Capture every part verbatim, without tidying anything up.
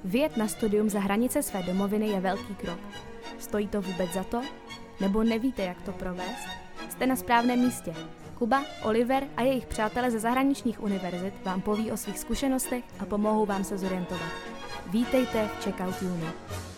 Vyjet na studium za hranice své domoviny je velký krok. Stojí to vůbec za to? Nebo nevíte, jak to provést? Jste na správném místě. Kuba, Oliver a jejich přátelé ze zahraničních univerzit vám poví o svých zkušenostech a pomohou vám se zorientovat. Vítejte v Checkout Uni.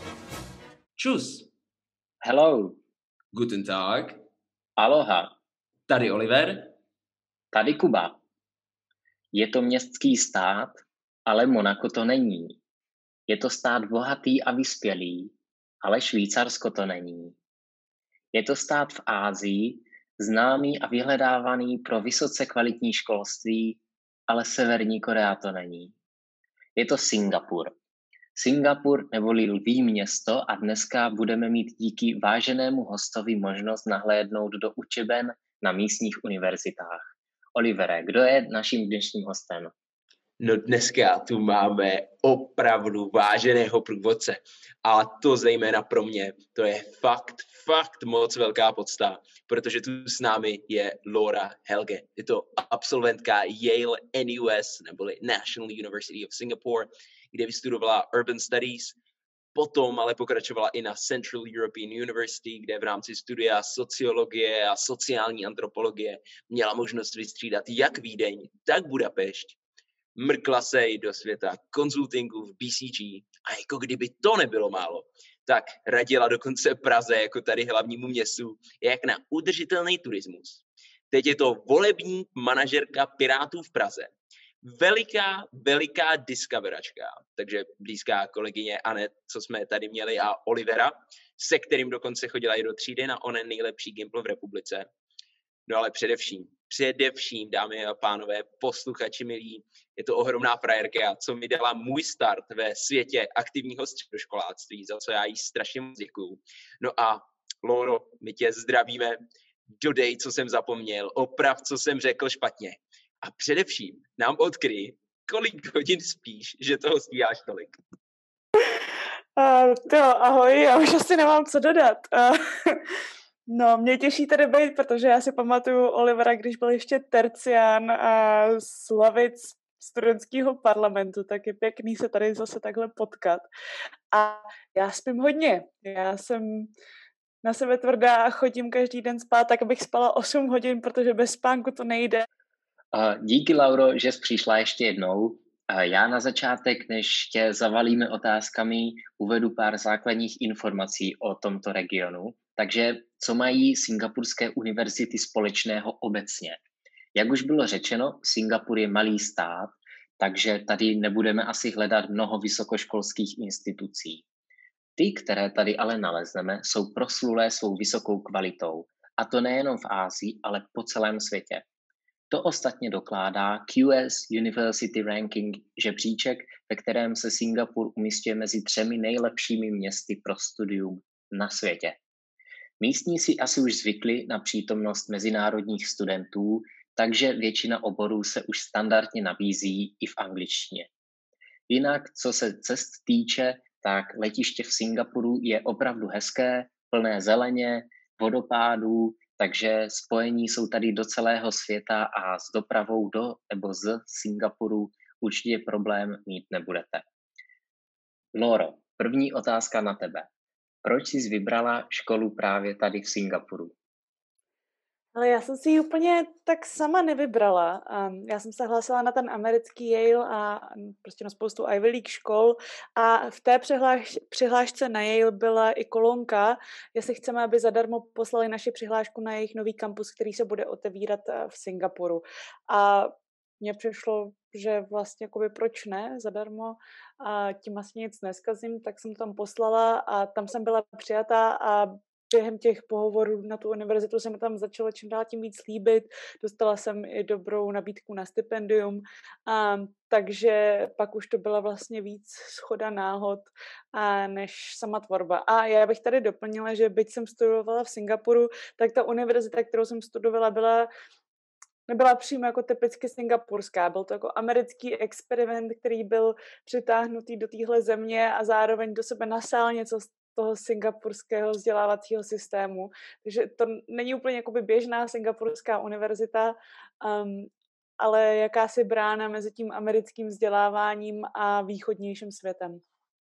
Čus. Hello. Guten Tag. Aloha. Tady Oliver. Tady Kuba. Je to městský stát, ale Monako to není. Je to stát bohatý a vyspělý, ale Švýcarsko to není. Je to stát v Asii, známý a vyhledávaný pro vysoce kvalitní školství, ale Severní Korea to není. Je to Singapur. Singapur neboli lví město a dneska budeme mít díky váženému hostovi možnost nahlédnout do učeben na místních univerzitách. Olivere, kdo je naším dnešním hostem? No dneska tu máme opravdu váženého průvodce. A to zejména pro mě, to je fakt, fakt moc velká podsta, protože tu s námi je Laura Helge. Je to absolventka Yale N U S, neboli National University of Singapore, kde vystudovala Urban Studies, potom ale pokračovala i na Central European University, kde v rámci studia sociologie a sociální antropologie měla možnost vystřídat jak Vídeň, tak Budapešť. Mrkla se i do světa konzultingu v B C G a jako kdyby to nebylo málo, tak radila dokonce Praze jako tady hlavnímu městu, jak na udržitelný turismus. Teď je to volební manažerka Pirátů v Praze. Veliká, veliká discoveračka, takže blízká kolegyně Anet, co jsme tady měli, a Olivera, se kterým dokonce chodila i do třídy na onen nejlepší Gimpl v republice. No ale především, především, dámy a pánové, posluchači milí, je to ohromná frajerka, co mi dala můj start ve světě aktivního středoškoláctví, za co já jí strašně moc děkuju. No a Loro, my tě zdravíme, dodej, co jsem zapomněl, oprav, co jsem řekl špatně. A především nám odkryj, kolik hodin spíš, že toho stíháš tolik. Uh, to, ahoj, já už asi nemám co dodat. Uh, no, mě těší tady být, protože já si pamatuju Olivera, když byl ještě tercián a slavic studentského parlamentu, tak je pěkný se tady zase takhle potkat. A já spím hodně. Já jsem na sebe tvrdá a chodím každý den spát, tak abych spala osm hodin, protože bez spánku to nejde. Díky, Lauro, že jsi přišla ještě jednou. Já na začátek, než tě zavalíme otázkami, uvedu pár základních informací o tomto regionu. Takže co mají singapurské univerzity společného obecně? Jak už bylo řečeno, Singapur je malý stát, takže tady nebudeme asi hledat mnoho vysokoškolských institucí. Ty, které tady ale nalezneme, jsou proslulé svou vysokou kvalitou. A to nejenom v Asii, ale po celém světě. To ostatně dokládá Q S University Ranking žebříček, ve kterém se Singapur umísťuje mezi třemi nejlepšími městy pro studium na světě. Místní si asi už zvykli na přítomnost mezinárodních studentů, takže většina oborů se už standardně nabízí i v angličtině. Jinak, co se cest týče, tak letiště v Singapuru je opravdu hezké, plné zeleně, vodopádů, takže spojení jsou tady do celého světa a s dopravou do nebo z Singapuru určitě problém mít nebudete. Loro, první otázka na tebe. Proč jsi vybrala školu právě tady v Singapuru? Ale já jsem si ji úplně tak sama nevybrala. Já jsem se hlásila na ten americký Yale a prostě na spoustu Ivy League škol a v té přihláš, přihlášce na Yale byla i kolonka, jestli chceme, aby zadarmo poslali naši přihlášku na jejich nový kampus, který se bude otevírat v Singapuru. A mně přišlo, že vlastně jakoby proč ne, zadarmo, a tím asi nic neskazím, tak jsem tam poslala a tam jsem byla přijatá a během těch pohovorů na tu univerzitu se mi tam začalo čím dál tím víc líbit. Dostala jsem i dobrou nabídku na stipendium, a, takže pak už to byla vlastně víc shoda náhod a, než sama tvorba. A já bych tady doplnila, že byť jsem studovala v Singapuru, tak ta univerzita, kterou jsem studovala, byla nebyla přímo jako typicky singapurská. Byl to jako americký experiment, který byl přitáhnutý do téhle země a zároveň do sebe nasál něco z toho singapurského vzdělávacího systému. Takže to není úplně jakoby běžná singapurská univerzita, um, ale jakási brána mezi tím americkým vzděláváním a východnějším světem.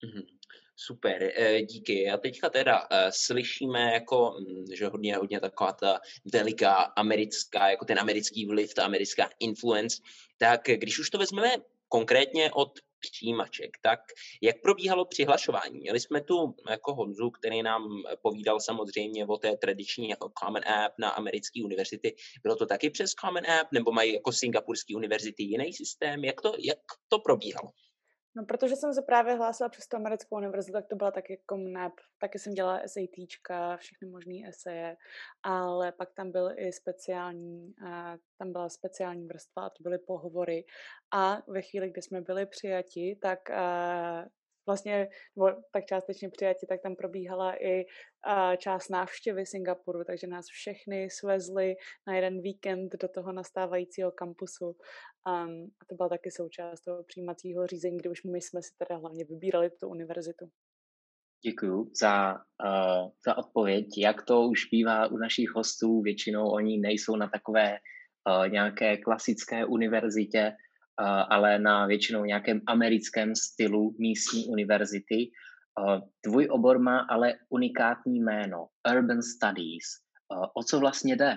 Mhm. Super, eh, díky. A teďka teda eh, slyšíme jako, mm, že hodně, hodně taková ta veliká americká, jako ten americký vliv, ta americká influence. Tak když už to vezmeme konkrétně od přijímaček, tak jak probíhalo přihlašování? Měli jsme tu jako Honzu, který nám povídal samozřejmě o té tradiční jako Common App na americké univerzity. Bylo to taky přes Common App, nebo mají jako singapurské univerzity jiný systém? Jak to, jak to probíhalo? No, protože jsem se právě hlásila přes tu americkou univerzitu, tak to byla taky Common App. Taky jsem dělala SATčka, všechny možné eseje, ale pak tam byl i speciální, a tam byla speciální vrstva a to byly pohovory. A ve chvíli, kdy jsme byli přijati, tak a, vlastně, nebo tak částečně přijati, tak tam probíhala i a, část návštěvy Singapuru, takže nás všechny svezli na jeden víkend do toho nastávajícího kampusu. Um, a to byla taky součást toho přijímacího řízení, kdy už my jsme si teda hlavně vybírali tu univerzitu. Děkuju za, uh, za odpověď. Jak to už bývá u našich hostů, většinou oni nejsou na takové uh, nějaké klasické univerzitě, uh, ale na většinou nějakém americkém stylu místní univerzity. Uh, tvůj obor má ale unikátní jméno, Urban Studies. Uh, o co vlastně jde?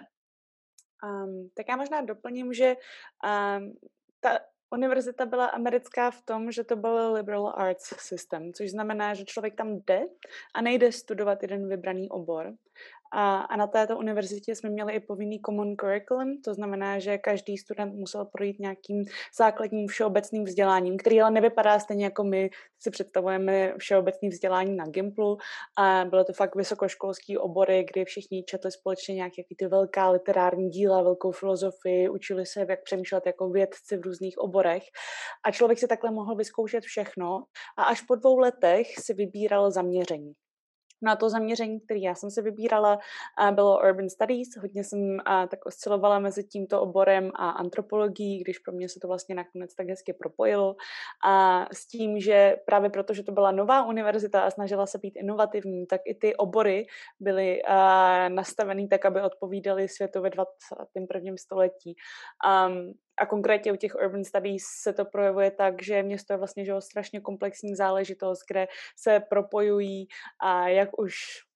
Um, tak já možná doplním, že um, ta univerzita byla americká v tom, že to byl liberal arts system, což znamená, že člověk tam jde a nejde studovat jeden vybraný obor. A, a na této univerzitě jsme měli i povinný common curriculum, to znamená, že každý student musel projít nějakým základním všeobecným vzděláním, který ale nevypadá stejně jako my si představujeme všeobecný vzdělání na Gimplu. A bylo to fakt vysokoškolský obory, kdy všichni četli společně nějaké ty velká literární díla, velkou filozofii, učili se, jak přemýšlet jako vědci v různých oborech. A člověk si takhle mohl vyzkoušet všechno a až po dvou letech si vybíral zaměření. Na to zaměření, které já jsem si vybírala, bylo Urban Studies. Hodně jsem tak oscilovala mezi tímto oborem a antropologií, když pro mě se to vlastně nakonec tak hezky propojilo. A s tím, že právě protože to byla nová univerzita a snažila se být inovativní, tak i ty obory byly nastavený tak, aby odpovídaly světu ve dvacátém prvním století. Um, A konkrétně u těch Urban Studies se to projevuje tak, že město je vlastně že strašně komplexní záležitost, kde se propojují a jak už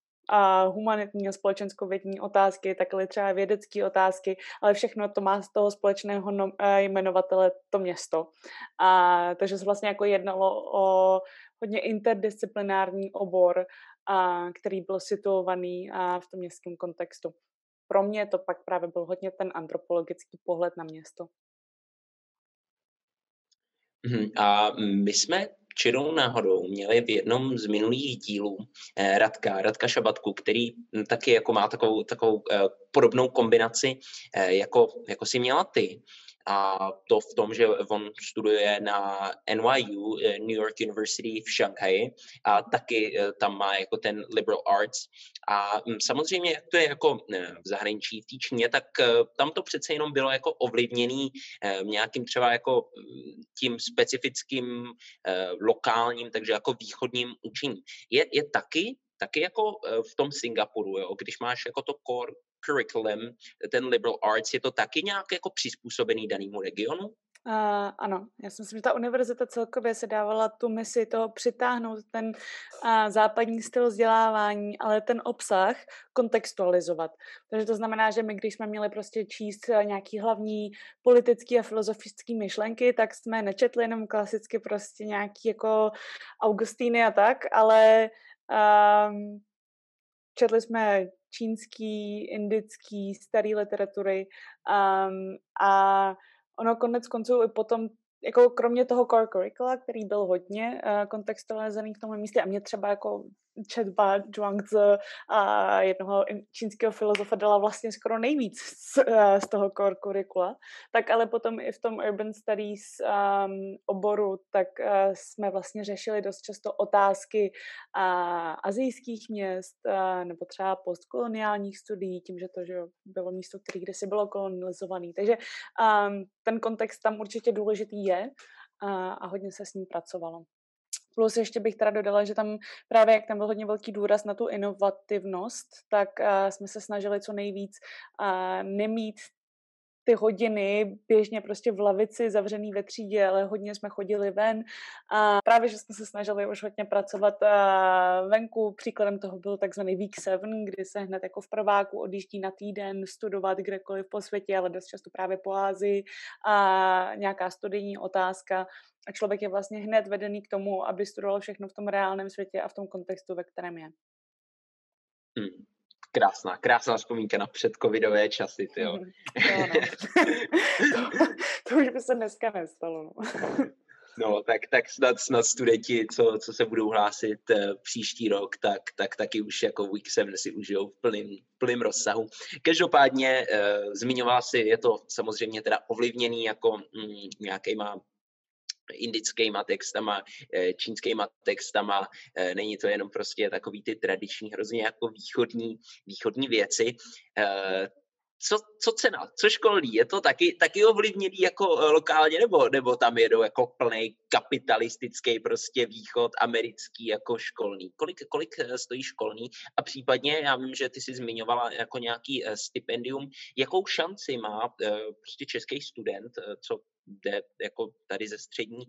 a humanitní a společenskovědní otázky, tak i třeba vědecké otázky, ale všechno to má z toho společného no, jmenovatele to město. A, takže se vlastně jako jednalo o hodně interdisciplinární obor, a, který byl situovaný a v tom městském kontextu. Pro mě to pak právě byl hodně ten antropologický pohled na město. A my jsme čirou náhodou měli v jednom z minulých dílů eh, Radka, Radka Šabatku, který taky jako má takovou, takovou eh, podobnou kombinaci, eh, jako, jako si měla ty. A to v tom, že on studuje na N Y U, New York University v Šanghaji, a taky tam má jako ten liberal arts. A samozřejmě, jak to je jako v zahraničí, v té Číně, tak tam to přece jenom bylo jako ovlivněný nějakým třeba jako tím specifickým lokálním, takže jako východním učením. Je, je taky taky jako v tom Singapuru, jo, když máš jako to core curriculum, ten liberal arts, je to taky nějak jako přizpůsobený danému regionu? Uh, ano, já si myslím, že ta univerzita celkově se dávala tu misi toho přitáhnout ten uh, západní styl vzdělávání, ale ten obsah kontextualizovat. Takže to znamená, že my, když jsme měli prostě číst nějaký hlavní politický a filozofický myšlenky, tak jsme nečetli jenom klasicky prostě nějaký jako Augustíny a tak, ale um, četli jsme čínský, indický, starý literatury um, a ono konec konců i potom, jako kromě toho core curricula, který byl hodně uh, kontextualizovaný k tomu místě a mě třeba jako četba Zhuangzi a jednoho čínského filozofa dala vlastně skoro nejvíc z, uh, z toho core curricula, tak ale potom i v tom Urban Studies um, oboru, tak uh, jsme vlastně řešili dost často otázky uh, asijských měst uh, nebo třeba postkoloniálních studií, tím, že to že bylo místo, které kdysi bylo kolonializované. Takže um, ten kontext tam určitě důležitý je uh, a hodně se s ním pracovalo. Plus ještě bych teda dodala, že tam právě jak tam byl hodně velký důraz na tu inovativnost, tak uh, jsme se snažili co nejvíc uh, nemít ty hodiny běžně prostě v lavici, zavřený ve třídě, ale hodně jsme chodili ven a právě, že jsme se snažili už hodně pracovat venku. Příkladem toho byl takzvaný Week sedm, kdy se hned jako v prváku odjíždí na týden studovat kdekoliv po světě, ale dost často právě po Ázii a nějaká studijní otázka a člověk je vlastně hned vedený k tomu, aby studoval všechno v tom reálném světě a v tom kontextu, ve kterém je. Hmm. Krásná, krásná vzpomínka na předcovidové časy, tyjo. Mm, to, no. to, to už by se dneska nestalo. No, no tak, tak snad, snad studenti, co, co se budou hlásit uh, příští rok, tak, tak taky už jako Week sedm si užijou v plným, plným rozsahu. Každopádně uh, zmiňovala si, je to samozřejmě teda ovlivněný jako mm, nějakýma indickýma textama, čínskýma textama, není to jenom prostě takový ty tradiční, hrozně jako východní, východní věci. Co, co cena, co školní, je to taky, taky ovlivněný jako lokálně, nebo, nebo tam jedou jako plný kapitalistický prostě východ americký jako školní? Kolik, kolik stojí školní? A případně, já vím, že ty jsi zmiňovala jako nějaký stipendium, jakou šanci má prostě český student, co jde jako tady ze střední,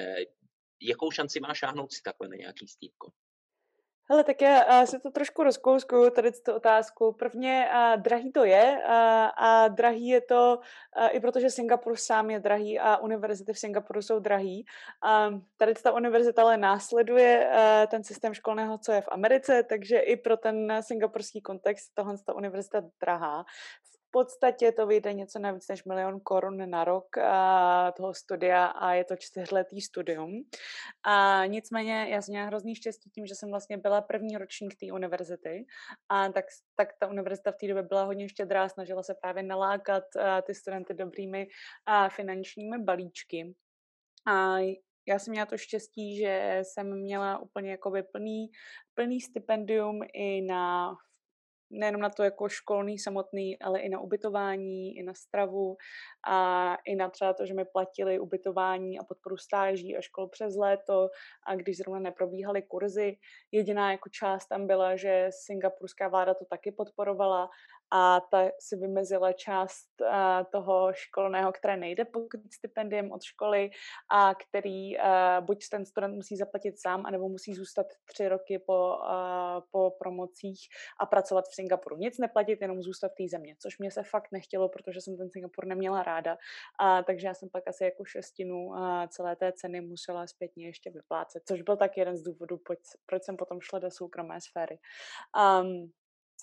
jakou šanci má šáhnout si takhle na nějaký stýpko? Hele, tak já si to trošku rozkouskuju, tady tu otázku. Prvně a, drahý to je a, a drahý je to a, i protože Singapur sám je drahý a univerzity v Singapuru jsou drahý. A, tady ta univerzita ale následuje a, ten systém školného, co je v Americe, takže i pro ten singapurský kontext tohle ta univerzita drahá. V podstatě to vyjde něco navíc než milion korun na rok a, toho studia a je to čtyřletý studium. A nicméně já jsem měla hrozný štěstí tím, že jsem vlastně byla první ročník té univerzity a tak, tak ta univerzita v té době byla hodně štědrá, snažila se právě nalákat a, ty studenty dobrými a, finančními balíčky. A já jsem měla to štěstí, že jsem měla úplně jakoby plný, plný stipendium i na nejenom na to jako školný samotný, ale i na ubytování, i na stravu a i na třeba to, že mi platili ubytování a podporu stáží a škol přes léto a když zrovna neprobíhaly kurzy. Jediná jako část tam byla, že singapurská vláda to taky podporovala a ta si vymezila část a, toho školného, které nejde pokrýt stipendiem od školy a který a, buď ten student musí zaplatit sám, anebo musí zůstat tři roky po, a, po promocích a pracovat v Singapuru. Nic neplatit, jenom zůstat v té země, což mě se fakt nechtělo, protože jsem ten Singapur neměla ráda. A, takže já jsem pak asi jako šestinu a, celé té ceny musela zpětně ještě vyplácet, což byl tak jeden z důvodů, proč, proč jsem potom šla do soukromé sféry. Um,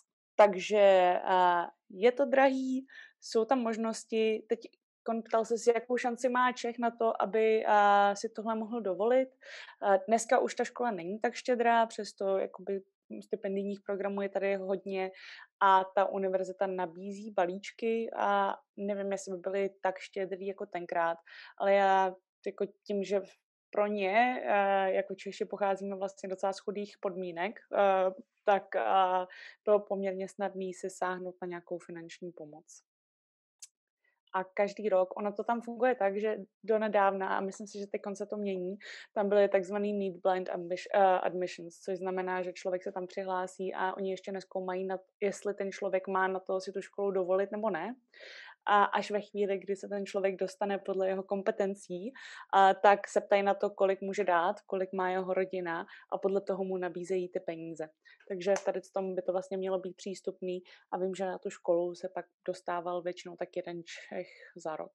Takže uh, je to drahý, jsou tam možnosti. Teď ptal se si, jakou šanci má Čech na to, aby uh, si tohle mohl dovolit. Uh, dneska už ta škola není tak štědrá, přesto jakoby stipendijních programů je tady hodně a ta univerzita nabízí balíčky a nevím, jestli by byly tak štědrý jako tenkrát, ale já jako tím, že pro ně, jako Češi, pocházíme vlastně docela z chudých podmínek, tak bylo poměrně snadné si sáhnout na nějakou finanční pomoc. A každý rok, ono to tam funguje tak, že donedávna, a myslím si, že teď se to mění, tam byly takzvaný need blind admissions, což znamená, že člověk se tam přihlásí a oni ještě nezkoumají, na, jestli ten člověk má na to si tu školu dovolit nebo ne. A až ve chvíli, kdy se ten člověk dostane podle jeho kompetencí, a tak se ptají na to, kolik může dát, kolik má jeho rodina a podle toho mu nabízejí ty peníze. Takže tady v tom by to vlastně mělo být přístupný a vím, že na tu školu se pak dostával většinou tak jeden Čech za rok.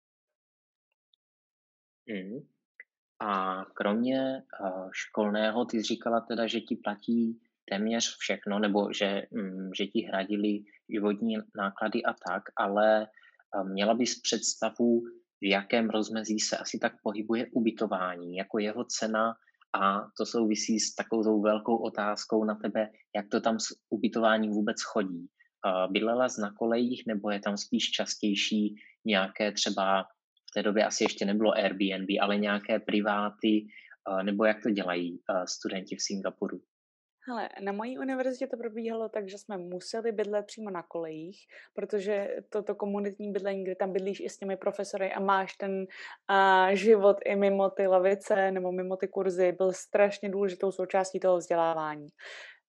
Mm. A kromě uh, školného, ty jsi říkala teda, že ti platí téměř všechno, nebo že, um, že ti hradili životní náklady a tak, ale uh, měla bys představu, v jakém rozmezí se asi tak pohybuje ubytování, jako jeho cena, a to souvisí s takovou velkou otázkou na tebe, jak to tam s ubytováním vůbec chodí. Uh, bydlela jsi na kolejích, nebo je tam spíš častější nějaké třeba, v té době asi ještě nebylo Airbnb, ale nějaké priváty, uh, nebo jak to dělají uh, studenti v Singapuru? Hele, na mojí univerzitě to probíhalo tak, že jsme museli bydlet přímo na kolejích, protože toto komunitní bydlení, kde tam bydlíš i s těmi profesory a máš ten uh, život i mimo ty lavice nebo mimo ty kurzy, byl strašně důležitou součástí toho vzdělávání.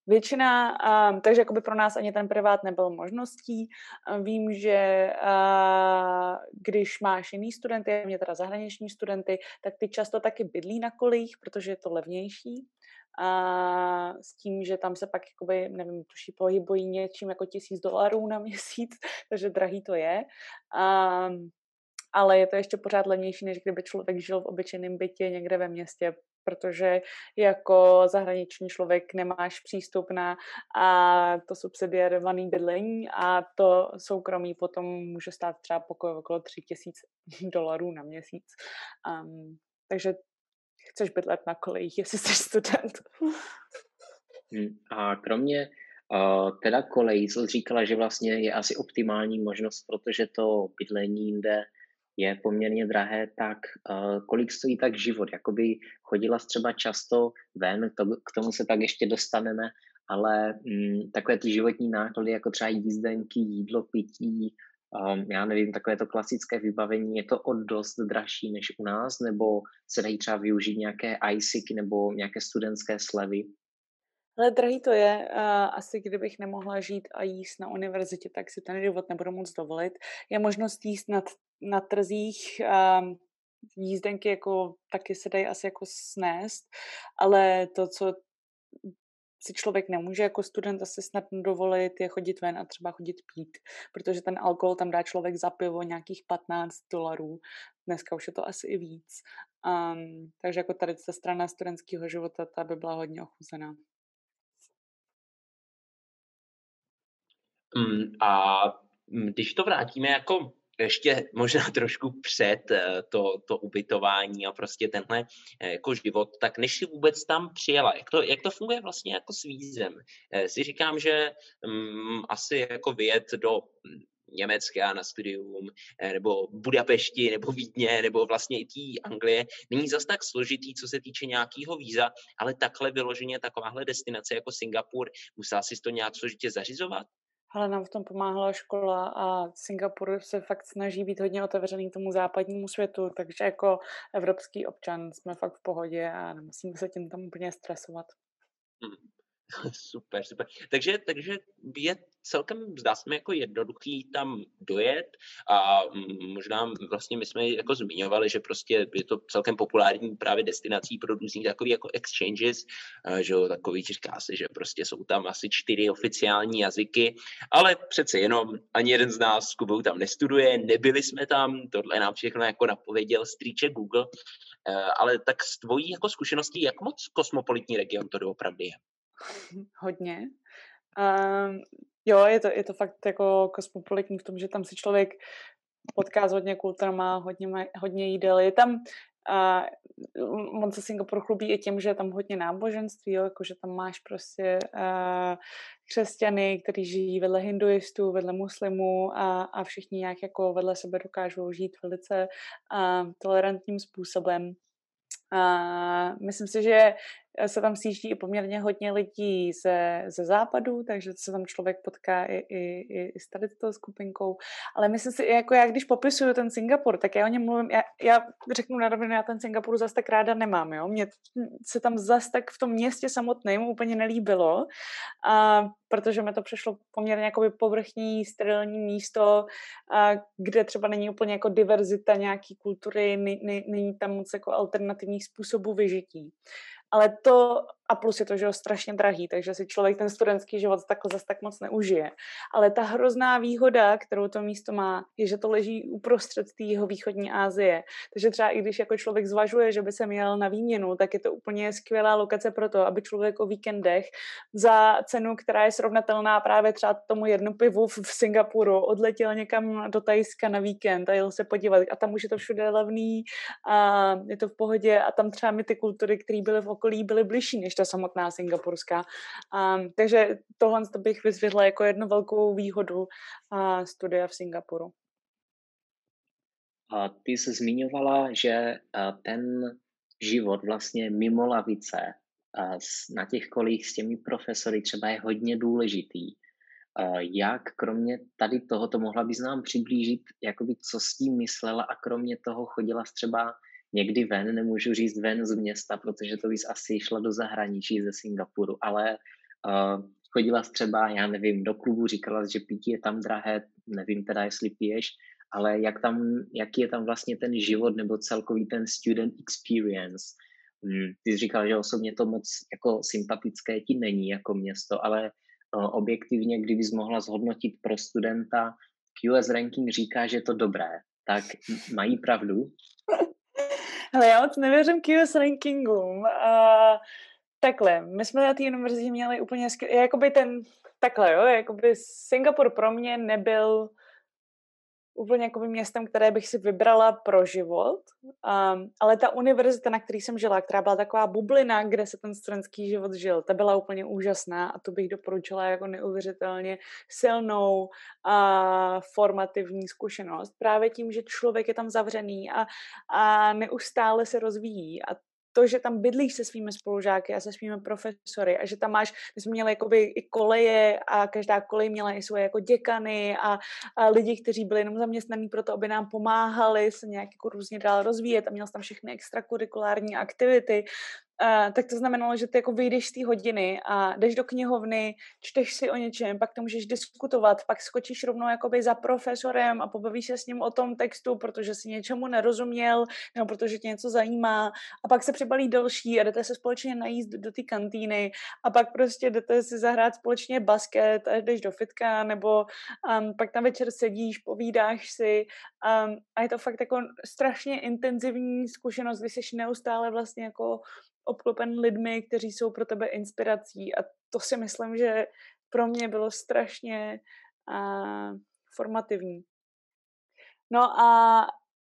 Většina, um, takže jakoby pro nás ani ten privát nebyl možností. Uh, vím, že uh, když máš jiný studenty, mě teda zahraniční studenty, tak ty často taky bydlí na kolejích, protože je to levnější. A s tím, že tam se pak, jakoby, nevím, tuší pohybují něčím jako tisíc dolarů na měsíc, takže drahý to je. Um, ale je to ještě pořád levnější, než kdyby člověk žil v obyčejném bytě někde ve městě, protože jako zahraniční člověk nemáš přístup na a to subsidiárované bydlení a to soukromí potom může stát třeba pokoj okolo tři tisíce dolarů na měsíc. Um, takže chceš bydlet na kolejích, jestli jsi student. Hmm. A kromě uh, teda kolejí, co říkala, že vlastně je asi optimální možnost, protože to bydlení jinde je poměrně drahé, tak uh, kolik stojí tak život? Jakoby chodila jsi třeba často ven, to, k tomu se tak ještě dostaneme, ale um, takové ty životní náklady, jako třeba jízdenky, jídlo, pití, um, já nevím, takové to klasické vybavení, je to o dost dražší než u nás, nebo se dají třeba využít nějaké ISIky nebo nějaké studentské slevy? Ale drahý to je. Uh, asi kdybych nemohla žít a jíst na univerzitě, tak si ten život nebudu moc dovolit. Je možnost jíst na, na trzích, um, jízdenky jako taky se dají asi jako snést, ale to, co si člověk nemůže jako student asi snad dovolit, je chodit ven a třeba chodit pít, protože ten alkohol tam dá člověk za pivo nějakých patnáct dolarů. Dneska už je to asi i víc. Um, takže jako tady ta strana studentského života, ta by byla hodně ochuzená. Mm, a mm, když to vrátíme jako ještě možná trošku před eh, to, to ubytování a prostě tenhle eh, jako život, tak než si vůbec tam přijela, jak to, jak to funguje vlastně jako s vízem? Eh, Si říkám, že mm, asi jako vyjet do mm, Německa na studium, eh, nebo Budapešti, nebo Vídně, nebo vlastně i té Anglie, není zas tak složitý, co se týče nějakého víza, ale takhle vyloženě takováhle destinace jako Singapur, musela si to nějak složitě zařizovat? Ale nám v tom pomáhala škola a Singapur se fakt snaží být hodně otevřený tomu západnímu světu, takže jako evropský občan jsme fakt v pohodě a nemusíme se tím tam úplně stresovat. Hmm. Super, super. Takže, takže je celkem, zdá se mi, jako jednoduchý tam dojet a mm, možná vlastně my jsme jako zmiňovali, že prostě je to celkem populární právě destinací pro různý takový jako exchanges, eh, že jo, takový, říká se, že prostě jsou tam asi čtyři oficiální jazyky, ale přece jenom ani jeden z nás s Kubou tam nestuduje, nebyli jsme tam, tohle nám všechno jako napověděl strýček Google, eh, ale tak z tvojí jako zkušeností, jak moc kosmopolitní region to doopravdy je? Hodně. Um, jo, je to, je to fakt jako kosmopolitní v tom, že tam si člověk potká s hodně kulturama, hodně, maj- hodně jídel. Je tam, uh, on se Singapur chlubí i tím, že je tam hodně náboženství, jo, jako že tam máš prostě uh, křesťany, kteří žijí vedle hinduistů, vedle muslimů a, a všichni nějak jako vedle sebe dokážou žít velice uh, tolerantním způsobem. A myslím si, že se tam sjíždí i poměrně hodně lidí ze, ze západu, takže se tam člověk potká i, i, i, i s tady tou skupinkou. Ale myslím si, jako já když popisuju ten Singapur, tak já o něm mluvím, já, já řeknu na rovinu, já ten Singapur zas tak ráda nemám, jo. Mně se tam zas tak v tom městě samotném úplně nelíbilo, a protože mi to přišlo poměrně jakoby povrchní, sterilní místo, a kde třeba není úplně jako diverzita nějaký kultury, není, není tam moc jako alternativních způsobů vyžití. Ale to, a plus je to, že je strašně drahý, takže si člověk ten studentský život takhle zase tak moc neužije. Ale ta hrozná výhoda, kterou to místo má, je, že to leží uprostřed té jeho východní Asie. Takže třeba i když jako člověk zvažuje, že by se měl na výměnu, tak je to úplně skvělá lokace pro to, aby člověk o víkendech za cenu, která je srovnatelná právě třeba tomu jednu pivu v Singapuru, odletěl někam do Thajska na víkend a jel se podívat. A tam už je to všude levný a je to v pohodě a tam třeba mi ty kultury, které byly v okolí, byly bližší než ta samotná singapurská. Um, takže tohle bych vyzvědla jako jednu velkou výhodu uh, studia v Singapuru. A ty jsi zmiňovala, že uh, ten život vlastně mimo lavice uh, s- na těch kolích s těmi profesory třeba je hodně důležitý. Uh, jak kromě tady tohoto mohla bys nám přiblížit, jakoby co s tím myslela a kromě toho chodila jsi třeba někdy ven, nemůžu říct ven z města, protože to bys asi šla do zahraničí ze Singapuru, ale Uh, chodila jsi třeba, já nevím, do klubu, říkala jsi, že pití je tam drahé, nevím teda, jestli piješ, ale jak tam, jaký je tam vlastně ten život nebo celkový ten student experience. Hmm, ty jsi říkal, že osobně to moc jako sympatické ti není jako město, ale uh, objektivně, kdybys mohla zhodnotit pro studenta, Q S ranking říká, že je to dobré, tak mají pravdu? Ale já moc nevěřím Q S rankingům. Uh, takhle, my jsme na té univerzitě měli úplně, skvěl, jakoby ten, takhle jo, jakoby Singapur pro mě nebyl úplně jakoby městem, které bych si vybrala pro život, um, ale ta univerzita, na který jsem žila, která byla taková bublina, kde se ten studentský život žil, ta byla úplně úžasná a to bych doporučila jako neuvěřitelně silnou a formativní zkušenost. Právě tím, že člověk je tam zavřený a, a neustále se rozvíjí a to, že tam bydlíš se svými spolužáky a se svými profesory a že tam máš, my jsme měli jakoby i koleje a každá kolej měla i svoje jako děkany a, a lidi, kteří byli jenom zaměstnaní pro to, aby nám pomáhali se nějak jako různě dál rozvíjet a měl jsi tam všechny extrakurikulární aktivity. Uh, tak to znamenalo, že ty jako vyjdeš z té hodiny a jdeš do knihovny, čteš si o něčem, pak to můžeš diskutovat, pak skočíš rovnou jakoby za profesorem a pobavíš se s ním o tom textu, protože si něčemu nerozuměl, nebo protože tě něco zajímá a pak se přibalí další a jdete se společně najíst do té kantýny a pak prostě jdete si zahrát společně basket a jdeš do fitka, nebo um, pak tam večer sedíš, povídáš si um, a je to fakt jako strašně intenzivní zkušenost, kdy jsi neustále vlastně jako obklopen lidmi, kteří jsou pro tebe inspirací a to si myslím, že pro mě bylo strašně uh, formativní. No a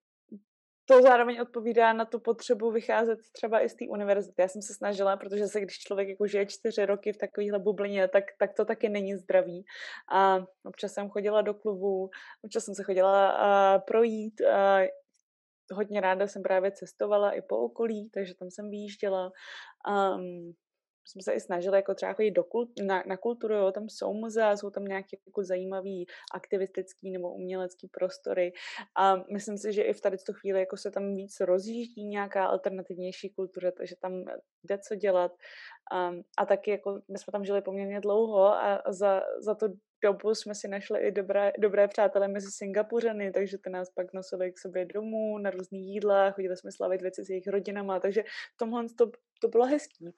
to zároveň odpovídá na tu potřebu vycházet třeba i z té univerzity. Já jsem se snažila, protože se když člověk jako žije čtyři roky v takovéhle bublině, tak, tak to taky není zdravý. A občas jsem chodila do klubu, občas jsem se chodila uh, projít, uh, hodně ráda jsem právě cestovala i po okolí, takže tam jsem vyjížděla. Um, jsem se i snažila jako třeba chodit do kult, na, na kulturu, jo, tam jsou muzea, jsou tam nějaké jako zajímavý aktivistický nebo umělecký prostory a myslím si, že i v tady tu chvíli jako se tam víc rozjíždí nějaká alternativnější kultura, takže tam jde co dělat um, a taky jako my jsme tam žili poměrně dlouho a za, za to dobu jsme si našli i dobré, dobré přátelé mezi Singapuřany, takže ty nás pak nosili k sobě domů na různý jídla, chodili jsme slavit věci s jejich rodinama, takže v tomhle to, to bylo hezký.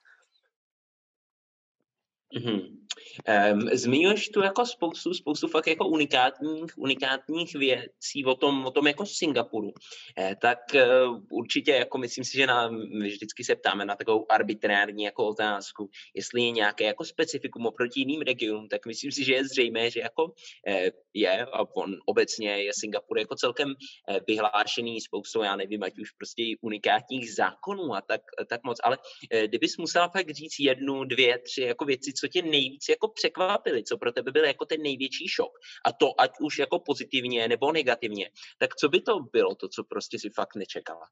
Mm-hmm. Um, zmiňuješ tu jako spoustu, spoustu fakt jako unikátních, unikátních věcí o tom, o tom jako Singapuru. Eh, tak uh, určitě jako myslím si, že nám vždycky se ptáme na takovou arbitrární jako otázku, jestli je nějaké jako specifikum oproti jiným regionům, tak myslím si, že je zřejmé, že jako eh, je a on obecně je Singapur jako celkem eh, vyhlášený spoustou, já nevím, ať už prostě unikátních zákonů a tak, tak moc, ale eh, kdybys musela fakt říct jednu, dvě, tři jako věci, co tě nejvíc jako překvapily, co pro tebe byl jako ten největší šok. A to ať už jako pozitivně nebo negativně. Tak co by to bylo, to, co prostě si fakt nečekala?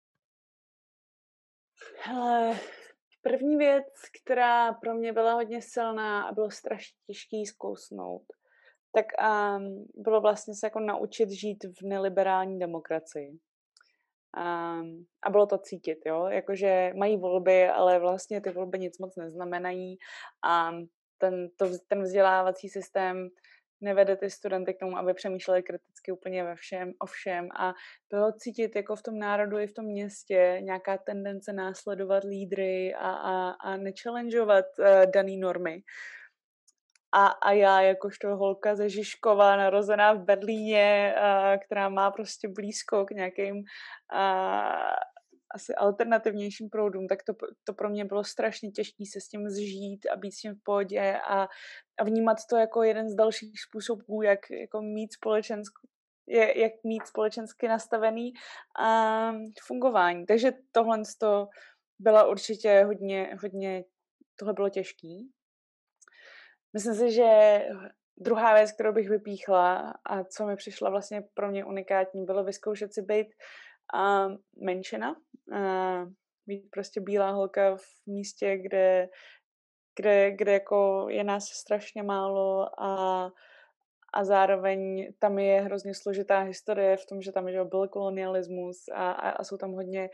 Hele, první věc, která pro mě byla hodně silná a bylo strašně těžký zkousnout, tak um, bylo vlastně se jako naučit žít v neliberální demokracii. Um, a bylo to cítit, jo, jakože mají volby, ale vlastně ty volby nic moc neznamenají a ten, to, ten vzdělávací systém nevede ty studenty k tomu, aby přemýšleli kriticky úplně ve všem, o všem a bylo cítit jako v tom národu i v tom městě nějaká tendence následovat lídry a, a, a nechallengeovat uh, daný normy. A, a já jakožto holka ze Žižkova, narozená v Berlíně, a, která má prostě blízko k nějakým a, asi alternativnějším proudům, tak to, to pro mě bylo strašně těžké se s tím zžít a být s tím v pohodě a, a vnímat to jako jeden z dalších způsobů, jak jako mít společenskou je, jak mít společensky nastavený a fungování. Takže tohle to byla určitě hodně, hodně, tohle bylo těžký. Myslím si, že druhá věc, kterou bych vypíchla a co mi přišla vlastně pro mě unikátní, bylo vyzkoušet si být uh, menšina, uh, být prostě bílá holka v místě, kde, kde, kde jako je nás strašně málo a, a zároveň tam je hrozně složitá historie v tom, že tam že byl kolonialismus a, a, a jsou tam hodně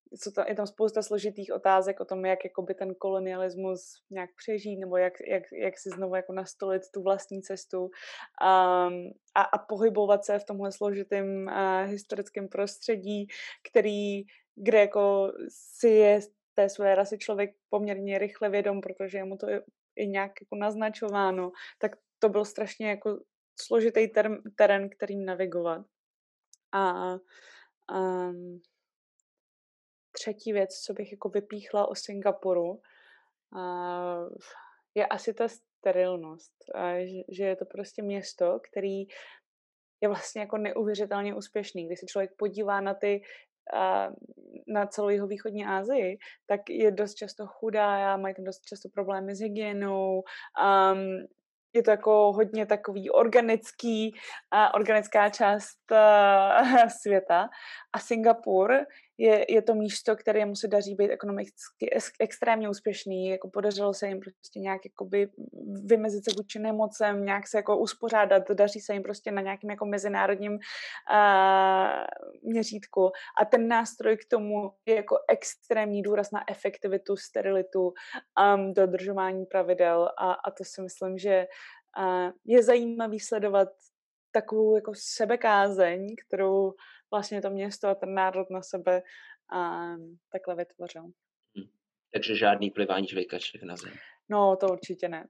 jsou tam, je tam spousta složitých otázek o tom, jak jakoby ten kolonialismus nějak přežít, nebo jak, jak, jak si znovu jako nastolit tu vlastní cestu um, a, a pohybovat se v tomhle složitém uh, historickém prostředí, který, kde jako si je té své rasy člověk poměrně rychle vědom, protože je mu to i nějak jako naznačováno, tak to byl strašně jako složitý ter- terén, kterým navigovat. A um, třetí věc, co bych jako vypíchla o Singapuru, uh, je asi ta sterilnost. Uh, že, že je to prostě město, který je vlastně jako neuvěřitelně úspěšný. Když se člověk podívá na ty uh, na celou jeho východní Asii, tak je dost často chudá, mají tam dost často problémy s hygienou, um, je to jako hodně takový organický, uh, organická část uh, světa. A Singapur je, je to místo, kterému se daří být ekonomicky extrémně úspěšný. Jako podařilo se jim prostě nějak jakoby vymezit se vůči nemocem, nějak se jako uspořádat, daří se jim prostě na nějakém jako mezinárodním uh, měřítku. A ten nástroj k tomu je jako extrémní důraz na efektivitu, sterilitu, um, dodržování pravidel a, a to si myslím, že uh, je zajímavý sledovat takovou jako sebekázeň, kterou vlastně to město a ten národ na sebe um, takhle vytvořil. Hmm. Takže žádný plivání žvejkaček na zem. No, to určitě ne.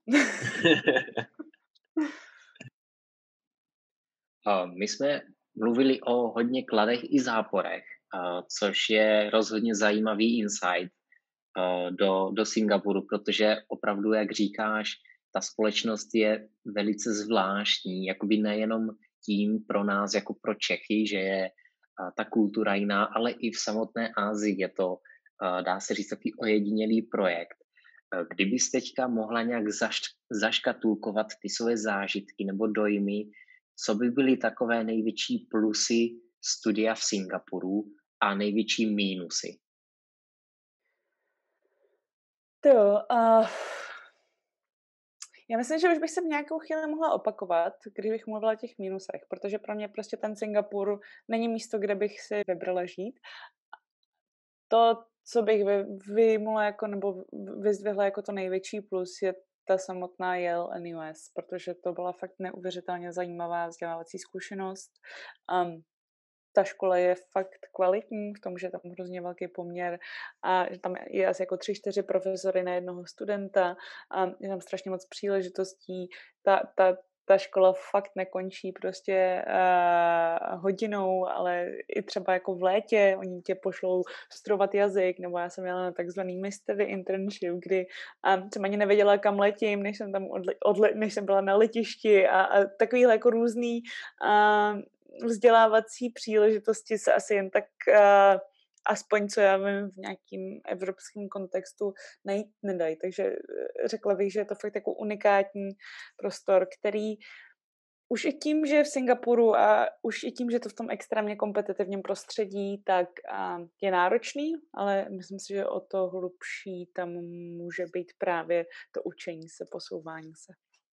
My jsme mluvili o hodně kladech i záporech, což je rozhodně zajímavý insight do, do Singapuru, protože opravdu, jak říkáš, ta společnost je velice zvláštní, jakoby nejenom tím pro nás, jako pro Čechy, že je ta kultura jiná, ale i v samotné Asii je to, dá se říct, takový ojedinělý projekt. Kdybys teďka mohla nějak zaš, zaškatulkovat ty svoje zážitky nebo dojmy, co by byly takové největší plusy studia v Singapuru a největší mínusy? To jo, uh, já myslím, že už bych se v nějakou chvíli mohla opakovat, když bych mluvila o těch mínusech, protože pro mě prostě ten Singapur není místo, kde bych si vybrala žít. To, co bych vyjmula jako, nebo vyzdvihla jako to největší plus, je ta samotná Yale N U S, protože to byla fakt neuvěřitelně zajímavá vzdělávací zkušenost. Um, ta škola je fakt kvalitní v tom, že je tam hrozně velký poměr a že tam je asi jako tři, čtyři profesory na jednoho studenta a je tam strašně moc příležitostí. Ta, ta, ta škola fakt nekončí prostě uh, hodinou, ale i třeba jako v létě oni tě pošlou studovat jazyk, nebo já jsem jela na takzvaný mystery internship, kdy um, jsem ani nevěděla, kam letím, než jsem tam odle, odle, než jsem byla na letišti a, a takovýhle jako různý uh, vzdělávací příležitosti se asi jen tak uh, aspoň co já vím v nějakým evropském kontextu najít nedají. Takže řekla bych, že je to fakt jako unikátní prostor, který už i tím, že je v Singapuru a už i tím, že je to v tom extrémně kompetitivním prostředí, tak uh, je náročný, ale myslím si, že o to hlubší tam může být právě to učení se, posouvání se.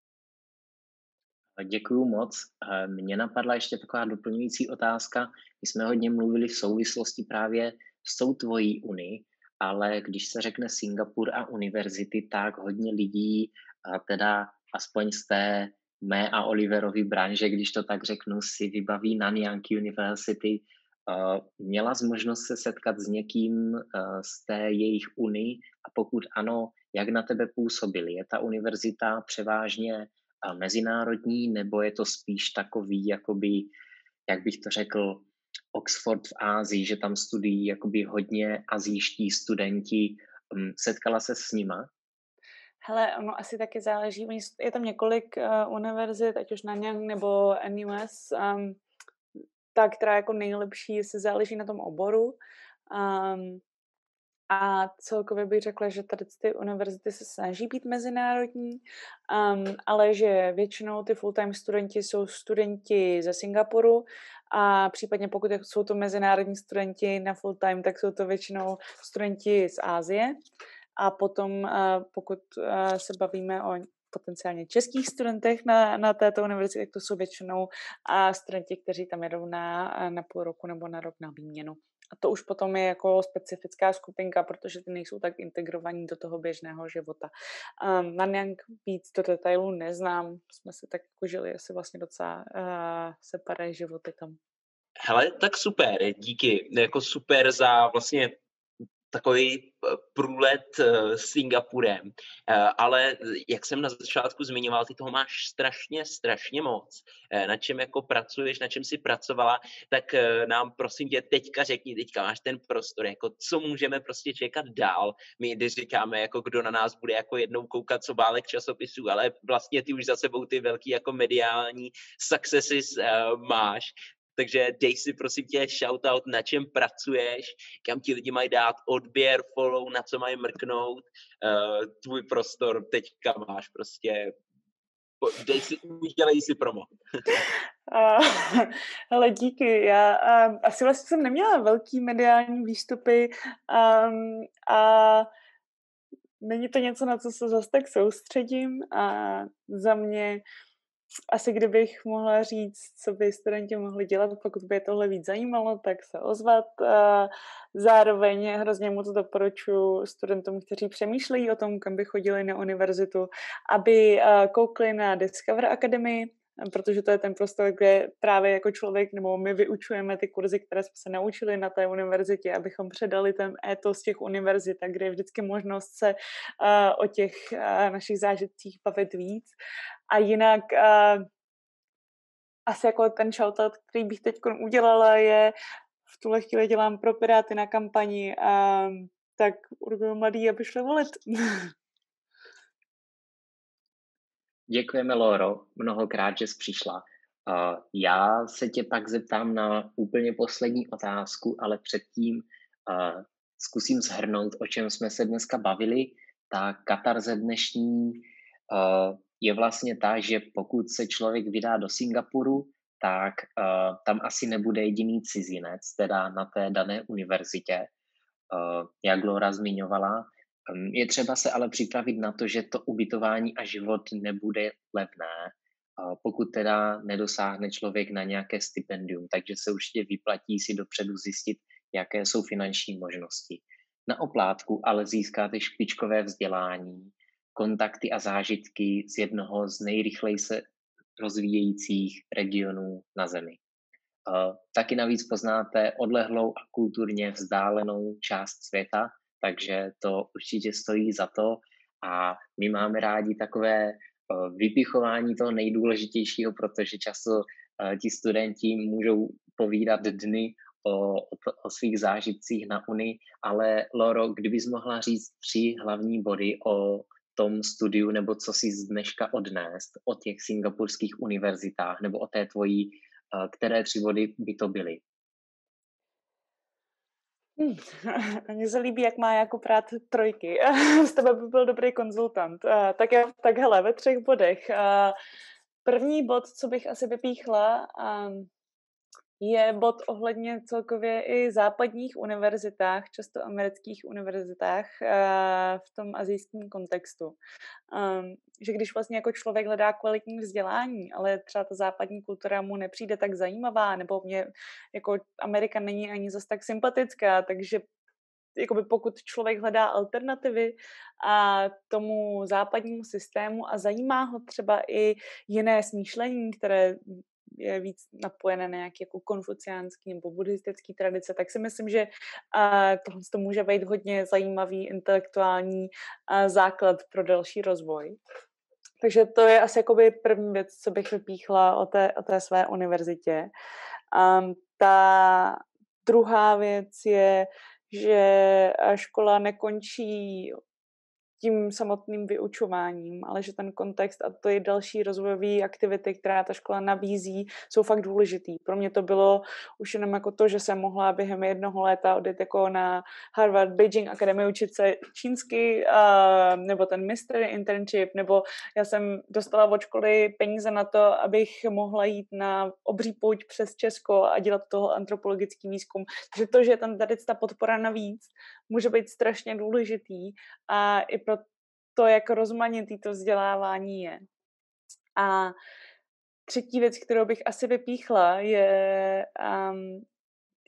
Děkuju moc. Mně napadla ještě taková doplňující otázka. My jsme hodně mluvili v souvislosti právě s tou tvojí uni, ale když se řekne Singapur a univerzity, tak hodně lidí, teda aspoň z té mé a Oliverovy branže, když to tak řeknu, si vybaví Nanyang University. Měla jsi možnost se setkat s někým z té jejich uni a pokud ano, jak na tebe působili? Je ta univerzita převážně mezinárodní, nebo je to spíš takový, jakoby, jak bych to řekl, Oxford v Ázii, že tam studují jakoby hodně azijští studenti. Setkala se s nima? Hele, ono asi taky záleží. Je tam několik uh, univerzit, ať už Nanyang nebo N U S. Um, ta, která jako nejlepší, se záleží na tom oboru. Um, A celkově bych řekla, že tady ty univerzity se snaží být mezinárodní, um, ale že většinou ty full-time studenti jsou studenti ze Singapuru a případně pokud jsou to mezinárodní studenti na full-time, tak jsou to většinou studenti z Asie. A potom, uh, pokud uh, se bavíme o potenciálně českých studentech na, na této univerzitě, tak to jsou většinou uh, studenti, kteří tam jedou na, na půl roku nebo na rok na výměnu. A to už potom je jako specifická skupinka, protože ty nejsou tak integrovaní do toho běžného života. Um, na nějak víc do detailů neznám, jsme si tak jako žili asi vlastně docela uh, separé životy tam. Hele, tak super, díky, jako super za vlastně takový průlet uh, Singapurem, uh, ale jak jsem na začátku zmiňoval, ty toho máš strašně, strašně moc. Uh, na čem jako pracuješ, na čem jsi pracovala, tak uh, nám prosím tě teďka řekni, teďka máš ten prostor, jako co můžeme prostě čekat dál. My když říkáme, jako kdo na nás bude jako jednou koukat co bálek časopisů, ale vlastně ty už za sebou ty velký jako mediální successes uh, máš. Takže dej si prosím tě shoutout, na čem pracuješ, kam ti lidi mají dát odběr, follow, na co mají mrknout. Uh, tvůj prostor teďka máš prostě. Dej si, udělej si promo. uh, hele, díky. Já uh, asi vlastně jsem neměla velký mediální výstupy um, a není to něco, na co se zase tak soustředím a za mě asi kdybych mohla říct, co by studenti mohli dělat, pokud by je tohle víc zajímalo, tak se ozvat. Zároveň hrozně moc doporučuji studentům, kteří přemýšlejí o tom, kam by chodili na univerzitu, aby koukli na Discover Academy, protože to je ten prostor, kde právě jako člověk, nebo my vyučujeme ty kurzy, které jsme se naučili na té univerzitě, abychom předali ten étos těch univerzit, kde je vždycky možnost se uh, o těch uh, našich zážitcích bavit víc. A jinak uh, asi jako ten shoutout, který bych teď udělala, je v tuhle chvíli dělám pro Piráty na kampani, uh, tak urguju mladý, aby šli volit. Děkujeme, Loro, mnohokrát, že jsi přišla. Uh, já se tě pak zeptám na úplně poslední otázku, ale předtím uh, zkusím shrnout, o čem jsme se dneska bavili. Ta katarze dnešní uh, je vlastně ta, že pokud se člověk vydá do Singapuru, tak uh, tam asi nebude jediný cizinec, teda na té dané univerzitě, uh, jak Lora zmiňovala. Je třeba se ale připravit na to, že to ubytování a život nebude levné, pokud teda nedosáhne člověk na nějaké stipendium, takže se určitě vyplatí si dopředu zjistit, jaké jsou finanční možnosti. Na oplátku ale získáte špičkové vzdělání, kontakty a zážitky z jednoho z nejrychleji se rozvíjejících regionů na Zemi. Taky navíc poznáte odlehlou a kulturně vzdálenou část světa, takže to určitě stojí za to a my máme rádi takové vypichování toho nejdůležitějšího, protože často ti studenti můžou povídat dny o, o, o svých zážitcích na uni, ale Loro, kdybys mohla říct tři hlavní body o tom studiu, nebo co si z dneška odnést o těch singapurských univerzitách, nebo o té tvojí, které tři body by to byly? Hmm. Mně se líbí, jak má jako prát trojky. Z tebe by byl dobrý konzultant. Tak, já, tak hele, ve třech bodech. První bod, co bych asi vypíchla, je bod ohledně celkově i západních univerzitách, často amerických univerzitách v tom asijském kontextu. Že když vlastně jako člověk hledá kvalitní vzdělání, ale třeba ta západní kultura mu nepřijde tak zajímavá, nebo mě jako Amerika není ani zas tak sympatická, takže jakoby pokud člověk hledá alternativy a tomu západnímu systému a zajímá ho třeba i jiné smýšlení, které je víc napojené na nějaké jako konfuciánský nebo buddhistický tradice, tak si myslím, že uh, tohle to může být hodně zajímavý intelektuální uh, základ pro další rozvoj. Takže to je asi jakoby první věc, co bych vypíchla o té, o té své univerzitě. Um, ta druhá věc je, že škola nekončí tím samotným vyučováním, ale že ten kontext a to je další rozvojové aktivity, která ta škola nabízí, jsou fakt důležitý. Pro mě to bylo už jenom jako to, že jsem mohla během jednoho léta odjet jako na Harvard Beijing Academy učit se čínsky, uh, nebo ten mystery internship, nebo já jsem dostala od školy peníze na to, abych mohla jít na obří pouť přes Česko a dělat toho antropologický výzkum. Takže to, že je tam tady ta podpora navíc, může být strašně důležitý a i pro to, jak rozmanitý to vzdělávání je. A třetí věc, kterou bych asi vypíchla, je, um,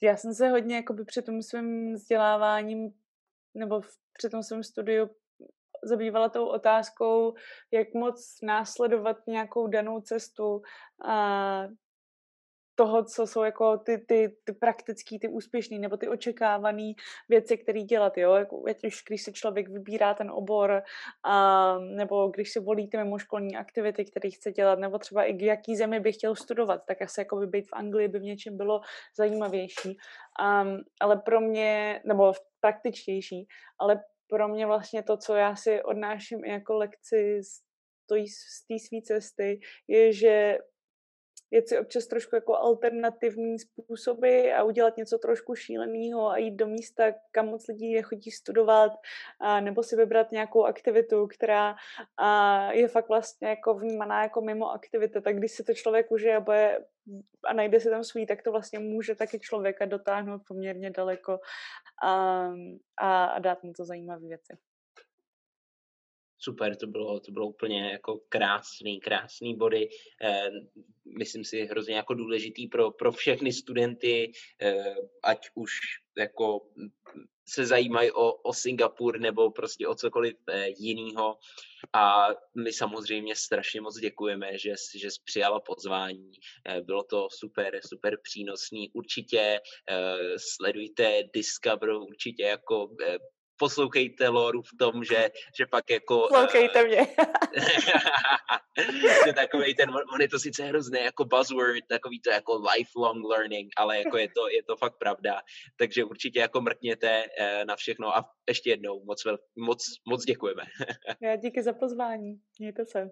já jsem se hodně jakoby při tom svým vzděláváním nebo v, při tom svém studiu zabývala tou otázkou, jak moc následovat nějakou danou cestu a toho, co jsou jako ty, ty, ty praktický, ty úspěšný nebo ty očekávané věci, které dělat, jo, jako, ať už když si člověk vybírá ten obor, a, nebo když si volí ty mimoškolní aktivity, které chce dělat, nebo třeba i jaký zemi by chtěl studovat, tak asi jako by být v Anglii by v něčem bylo zajímavější, um, ale pro mě, nebo praktičtější, ale pro mě vlastně to, co já si odnáším i jako lekci z té své cesty, je, že jet si občas trošku jako alternativní způsoby a udělat něco trošku šíleného a jít do místa, kam moc lidí nechodí studovat, a nebo si vybrat nějakou aktivitu, která a je fakt vlastně jako vnímaná jako mimo aktivita, tak když si to člověk užije a, bude, a najde si tam svůj, tak to vlastně může taky člověka dotáhnout poměrně daleko a, a, a dát mu to zajímavé věci. Super, to bylo, to bylo úplně jako krásný, krásný body. Eh, myslím si hrozně jako důležitý pro, pro všechny studenty, eh, ať už jako se zajímají o, o Singapur nebo prostě o cokoliv eh, jinýho. A my samozřejmě strašně moc děkujeme, že, že jsi přijala pozvání. Eh, bylo to super, super přínosný. Určitě eh, sledujte Discover, určitě jako eh, poslouchejte Loru v tom, že, že pak jako... Poslouchejte mě. že takovej ten, on je to sice hrozné jako buzzword, takový to jako lifelong learning, ale jako je to, je to fakt pravda. Takže určitě jako mrkněte na všechno a ještě jednou moc, vel, moc, moc děkujeme. Já díky za pozvání. Mějte se.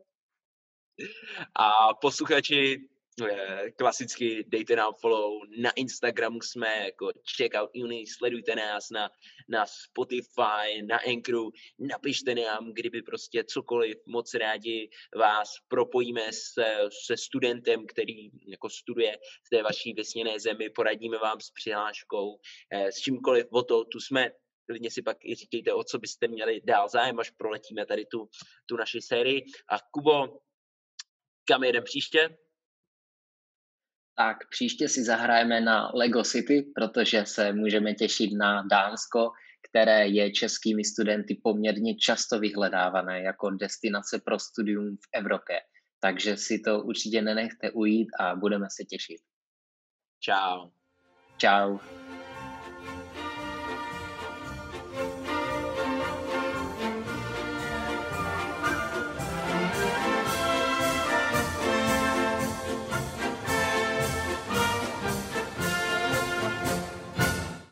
A posluchači, klasicky dejte nám follow, na Instagramu jsme jako Checkout Uni, sledujte nás na, na Spotify, na Anchoru, napište nám, kdyby prostě cokoliv, moc rádi vás propojíme se, se studentem, který jako studuje v té vaší vysněné zemi, poradíme vám s přihláškou, s čímkoliv o to, tu jsme. Klidně si pak i říkejte, o co byste měli dál zájem, až proletíme tady tu, tu naši sérii. A Kubo, kam jedem příště? Tak příště si zahrajeme na Lego City, protože se můžeme těšit na Dánsko, které je českými studenty poměrně často vyhledávané jako destinace pro studium v Evropě. Takže si to určitě nenechte ujít a budeme se těšit. Čau. Čau.